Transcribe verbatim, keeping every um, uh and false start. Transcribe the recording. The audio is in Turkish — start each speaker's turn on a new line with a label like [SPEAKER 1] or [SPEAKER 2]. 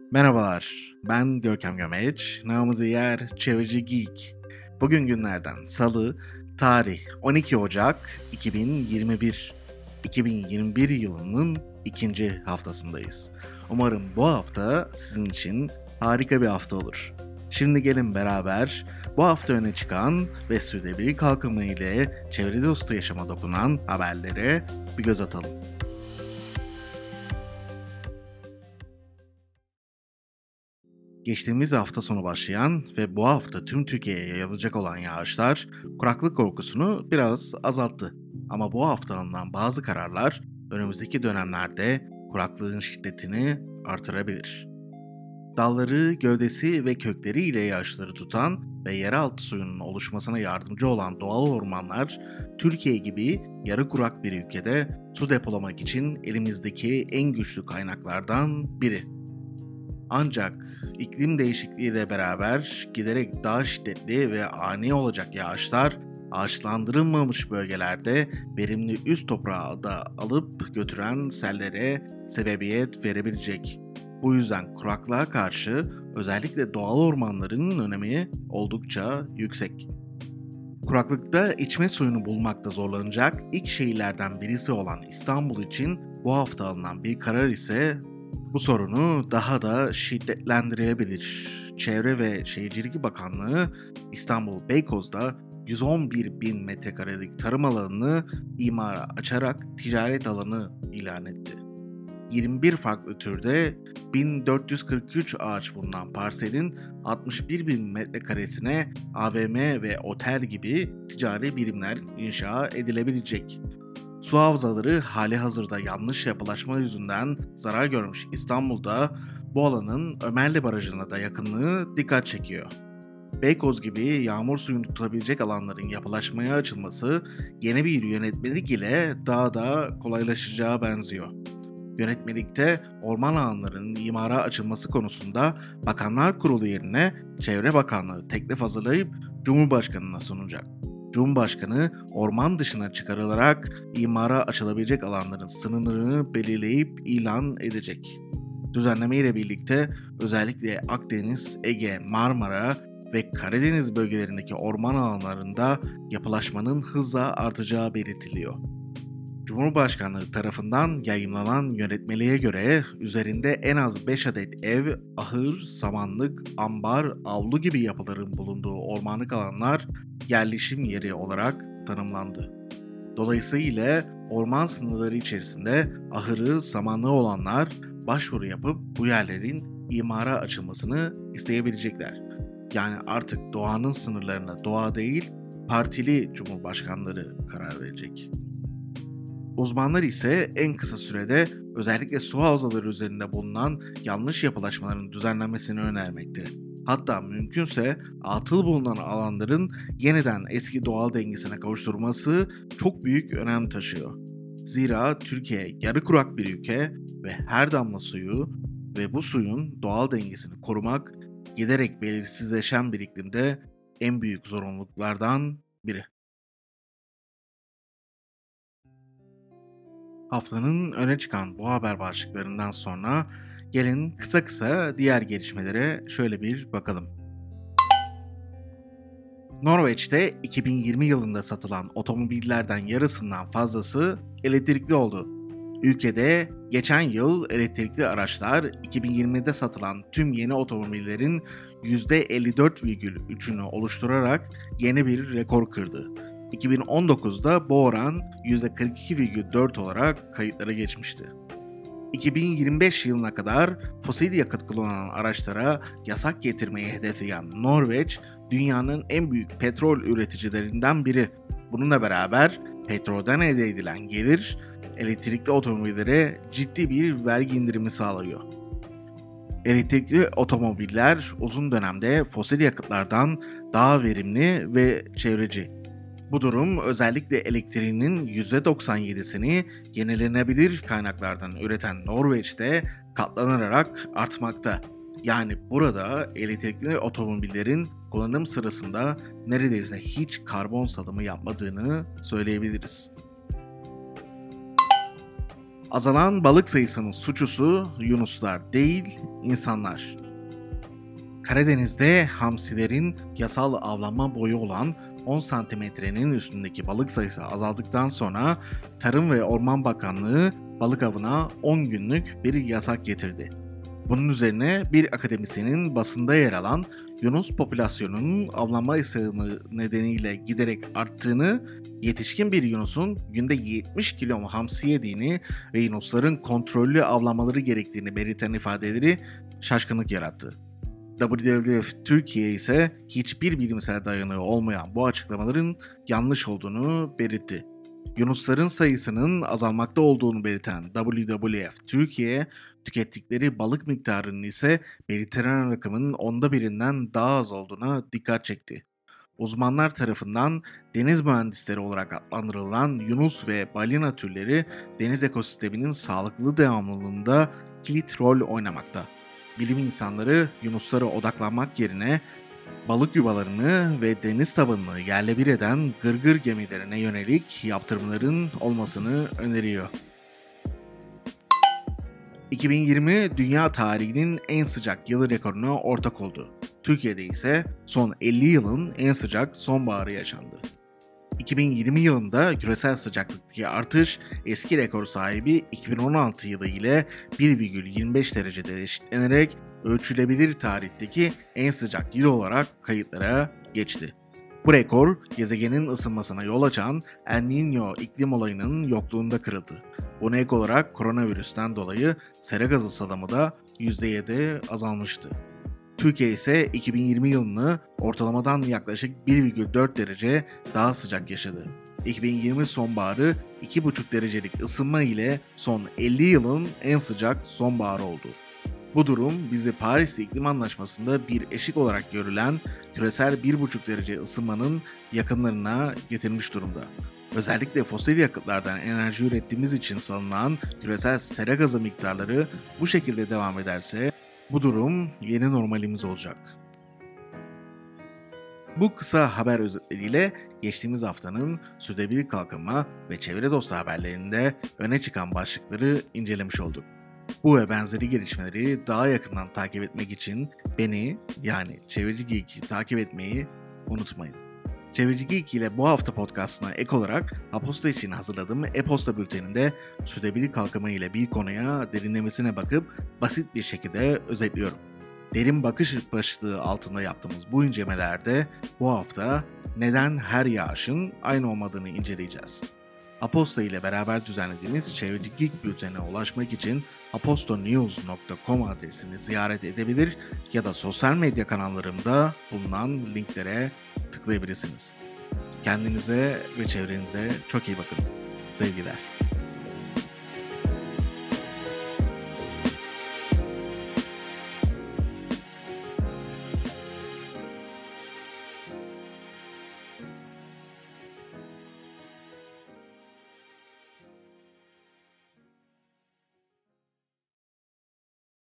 [SPEAKER 1] Merhabalar, ben Görkem Gömeç, namı diğer Çevreci Geek. Bugün günlerden Salı, tarih on iki Ocak iki bin yirmi bir. iki bin yirmi bir yılının ikinci haftasındayız. Umarım bu hafta sizin için harika bir hafta olur. Şimdi gelin beraber bu hafta öne çıkan ve sürdürülebilir kalkınma ile çevre dostu yaşama dokunan haberlere bir göz atalım. Geçtiğimiz hafta sonu başlayan ve bu hafta tüm Türkiye'ye yayılacak olan yağışlar kuraklık korkusunu biraz azalttı. Ama bu hafta alınan bazı kararlar önümüzdeki dönemlerde kuraklığın şiddetini artırabilir. Dalları, gövdesi ve kökleriyle yağışları tutan ve yeraltı suyunun oluşmasına yardımcı olan doğal ormanlar, Türkiye gibi yarı kurak bir ülkede su depolamak için elimizdeki en güçlü kaynaklardan biri. Ancak iklim değişikliğiyle beraber giderek daha şiddetli ve ani olacak yağışlar ağaçlandırılmamış bölgelerde verimli üst toprağı da alıp götüren sellere sebebiyet verebilecek. Bu yüzden kuraklığa karşı özellikle doğal ormanların önemi oldukça yüksek. Kuraklıkta içme suyunu bulmakta zorlanacak ilk şehirlerden birisi olan İstanbul için bu hafta alınan bir karar ise bu sorunu daha da şiddetlendirebilir. Çevre ve Şehircilik Bakanlığı İstanbul Beykoz'da yüz on bir bin metrekarelik tarım alanını imara açarak ticaret alanı ilan etti. yirmi bir farklı türde bin dört yüz kırk üç ağaç bulunan parselin altmış bir bin metrekaresine A V M ve otel gibi ticari birimler inşa edilebilecek. Su havzaları halihazırda yanlış yapılaşma yüzünden zarar görmüş İstanbul'da bu alanın Ömerli Barajı'na da yakınlığı dikkat çekiyor. Beykoz gibi yağmur suyunu tutabilecek alanların yapılaşmaya açılması yeni bir yönetmelik ile daha da kolaylaşacağı benziyor. Yönetmelikte orman alanlarının imara açılması konusunda Bakanlar Kurulu yerine Çevre Bakanlığı teklif hazırlayıp Cumhurbaşkanı'na sunacak. Cumhurbaşkanı orman dışına çıkarılarak imara açılabilecek alanların sınırını belirleyip ilan edecek. Düzenleme ile birlikte özellikle Akdeniz, Ege, Marmara ve Karadeniz bölgelerindeki orman alanlarında yapılaşmanın hızla artacağı belirtiliyor. Cumhurbaşkanlığı tarafından yayımlanan yönetmeliğe göre üzerinde en az beş adet ev, ahır, samanlık, ambar, avlu gibi yapıların bulunduğu ormanlık alanlar yerleşim yeri olarak tanımlandı. Dolayısıyla orman sınırları içerisinde ahırı, samanlığı olanlar başvuru yapıp bu yerlerin imara açılmasını isteyebilecekler. Yani artık doğanın sınırlarına doğa değil, partili cumhurbaşkanları karar verecek. Uzmanlar ise en kısa sürede özellikle su havzaları üzerinde bulunan yanlış yapılaşmaların düzenlenmesini önermekte. Hatta mümkünse atıl bulunan alanların yeniden eski doğal dengesine kavuşturulması çok büyük önem taşıyor. Zira Türkiye yarı kurak bir ülke ve her damla suyu ve bu suyun doğal dengesini korumak giderek belirsizleşen bir iklimde en büyük zorunluluklardan biri. Haftanın öne çıkan bu haber başlıklarından sonra gelin kısa kısa diğer gelişmelere şöyle bir bakalım. Norveç'te iki bin yirmi yılında satılan otomobillerden yarısından fazlası elektrikli oldu. Ülkede geçen yıl elektrikli araçlar iki bin yirmide satılan tüm yeni otomobillerin yüzde elli dört virgül üçünü oluşturarak yeni bir rekor kırdı. iki bin on dokuzda bu oran yüzde kırk iki virgül dört olarak kayıtlara geçmişti. iki bin yirmi beş yılına kadar fosil yakıt kullanan araçlara yasak getirmeyi hedefleyen Norveç, dünyanın en büyük petrol üreticilerinden biri. Bununla beraber petrolden elde edilen gelir, elektrikli otomobillere ciddi bir vergi indirimi sağlıyor. Elektrikli otomobiller uzun dönemde fosil yakıtlardan daha verimli ve çevreci. Bu durum özellikle elektriğinin yüzde doksan yedisini yenilenebilir kaynaklardan üreten Norveç'te katlanarak artmakta. Yani burada elektrikli otomobillerin kullanım sırasında neredeyse hiç karbon salımı yapmadığını söyleyebiliriz. Azalan balık sayısının suçlusu yunuslar değil, insanlar. Karadeniz'de hamsilerin yasal avlanma boyu olan on santimetrenin üstündeki balık sayısı azaldıktan sonra Tarım ve Orman Bakanlığı balık avına on günlük bir yasak getirdi. Bunun üzerine bir akademisyenin basında yer alan yunus popülasyonunun avlanma isteği nedeniyle giderek arttığını, yetişkin bir yunusun günde yetmiş kilo hamsi yediğini ve yunusların kontrollü avlanmaları gerektiğini belirten ifadeleri şaşkınlık yarattı. W W F Türkiye ise hiçbir bilimsel dayanağı olmayan bu açıklamaların yanlış olduğunu belirtti. Yunusların sayısının azalmakta olduğunu belirten W W F Türkiye, tükettikleri balık miktarının ise belirtilen rakamın onda birinden daha az olduğuna dikkat çekti. Uzmanlar tarafından deniz mühendisleri olarak adlandırılan yunus ve balina türleri deniz ekosisteminin sağlıklı devamlılığında kilit rol oynamakta. Bilim insanları yunuslara odaklanmak yerine balık yuvalarını ve deniz tabanını yerle bir eden gırgır gemilerine yönelik yaptırımların olmasını öneriyor. iki bin yirmi dünya tarihinin en sıcak yılı rekoruna ortak oldu. Türkiye'de ise son elli yılın en sıcak sonbaharı yaşandı. iki bin yirmi yılında küresel sıcaklıktaki artış eski rekor sahibi iki bin on altı yılı ile bir virgül yirmi beş derecede eşitlenerek ölçülebilir tarihteki en sıcak yıl olarak kayıtlara geçti. Bu rekor gezegenin ısınmasına yol açan El Niño iklim olayının yokluğunda kırıldı. Buna ek olarak koronavirüsten dolayı sera gazı salımı da yüzde yedi azalmıştı. Türkiye ise iki bin yirmi yılını ortalamadan yaklaşık bir virgül dört derece daha sıcak yaşadı. iki bin yirmi sonbaharı iki virgül beş derecelik ısınma ile son elli yılın en sıcak sonbaharı oldu. Bu durum bizi Paris İklim Anlaşması'nda bir eşik olarak görülen küresel bir buçuk derece ısınmanın yakınlarına getirmiş durumda. Özellikle fosil yakıtlardan enerji ürettiğimiz için salınan küresel sera gazı miktarları bu şekilde devam ederse bu durum yeni normalimiz olacak. Bu kısa haber özetleriyle geçtiğimiz haftanın sürdürülebilir kalkınma ve çevre dostu haberlerinde öne çıkan başlıkları incelemiş olduk. Bu ve benzeri gelişmeleri daha yakından takip etmek için beni yani Çevreci Geek'i takip etmeyi unutmayın. Çevreci Geek ile bu hafta podcastına ek olarak Aposta için hazırladığım e-posta bülteninde sürdürülebilir kalkınma ile bir konuya derinlemesine bakıp basit bir şekilde özetliyorum. Derin bakış başlığı altında yaptığımız bu incelemelerde bu hafta neden her yağışın aynı olmadığını inceleyeceğiz. Aposta ile beraber düzenlediğimiz Çevreci Geek bültenine ulaşmak için apostonews nokta com adresini ziyaret edebilir ya da sosyal medya kanallarımda bulunan linklere tıklayabilirsiniz. Kendinize ve çevrenize çok iyi bakın. Sevgiler.